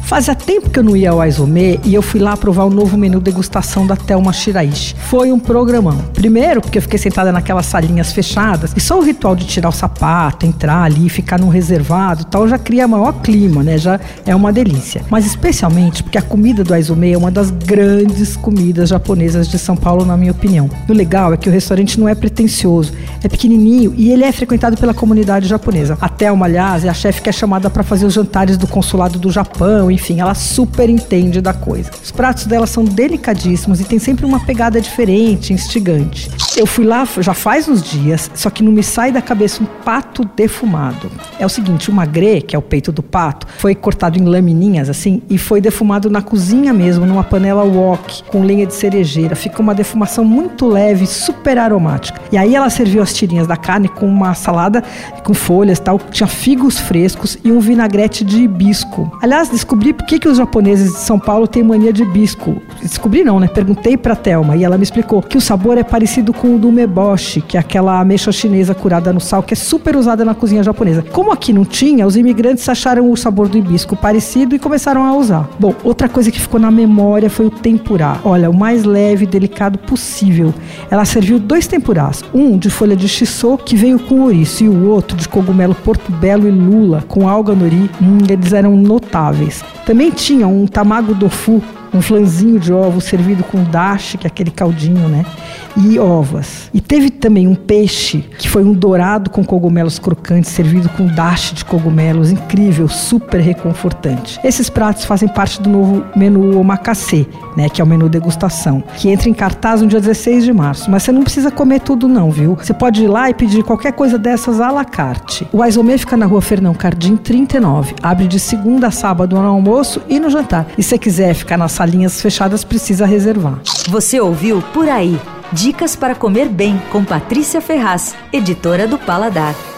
Fazia tempo que eu não ia ao Aizomê e eu fui lá provar o novo menu degustação da Thelma Shiraishi. Foi um programão. Primeiro, porque eu fiquei sentada naquelas salinhas fechadas e só o ritual de tirar o sapato, entrar ali, ficar num reservado e tal, já cria maior clima, né? Já é uma delícia. Mas especialmente porque a comida do Aizomê é uma das grandes comidas japonesas de São Paulo, na minha opinião. E o legal é que o restaurante não é pretensioso, é pequenininho e ele é frequentado pela comunidade japonesa. A Thelma, aliás, é a chefe que é chamada para fazer os jantares do consulado do Japão, enfim, ela super entende da coisa. Os pratos dela são delicadíssimos e tem sempre uma pegada diferente, instigante. Eu fui lá já faz uns dias, só que não me sai da cabeça um pato defumado. É o seguinte, o magre, que é o peito do pato, foi cortado em lamininhas assim e foi defumado na cozinha mesmo, numa panela wok, com lenha de cerejeira. Fica uma defumação muito leve, super aromática. E aí ela serviu as tirinhas da carne com uma salada com folhas e tal, tinha figos frescos e um vinagrete de hibisco. Aliás, descobri por que os japoneses de São Paulo têm mania de hibisco. Descobri não, né? Perguntei pra Thelma e ela me explicou que o sabor é parecido com o do umeboshi, que é aquela ameixa chinesa curada no sal, que é super usada na cozinha japonesa. Como aqui não tinha, os imigrantes acharam o sabor do hibisco parecido e começaram a usar. Bom, outra coisa que ficou na memória foi o tempurá. Olha, o mais leve e delicado possível. Ela serviu 2 tempurás, um de folha de shiso, que veio com ouriço, e o outro de cogumelo portobello e lula, com alga nori. Eles eram notáveis. Também tinha um tamago tofu, um flanzinho de ovo servido com dashi, que é aquele caldinho, né? E ovas. E teve também um peixe, que foi um dourado com cogumelos crocantes, servido com dashi de cogumelos, incrível, super reconfortante. Esses pratos fazem parte do novo menu omakase, né? Que é o menu degustação, que entra em cartaz no dia 16 de março. Mas você não precisa comer tudo não, viu? Você pode ir lá e pedir qualquer coisa dessas à la carte. O Aizomê fica na rua Fernão Cardim, 39. Abre de segunda a sábado no almoço e no jantar. E se você quiser ficar nas salinhas fechadas, precisa reservar. Você ouviu Por Aí. Dicas para comer bem com Patrícia Ferraz, editora do Paladar.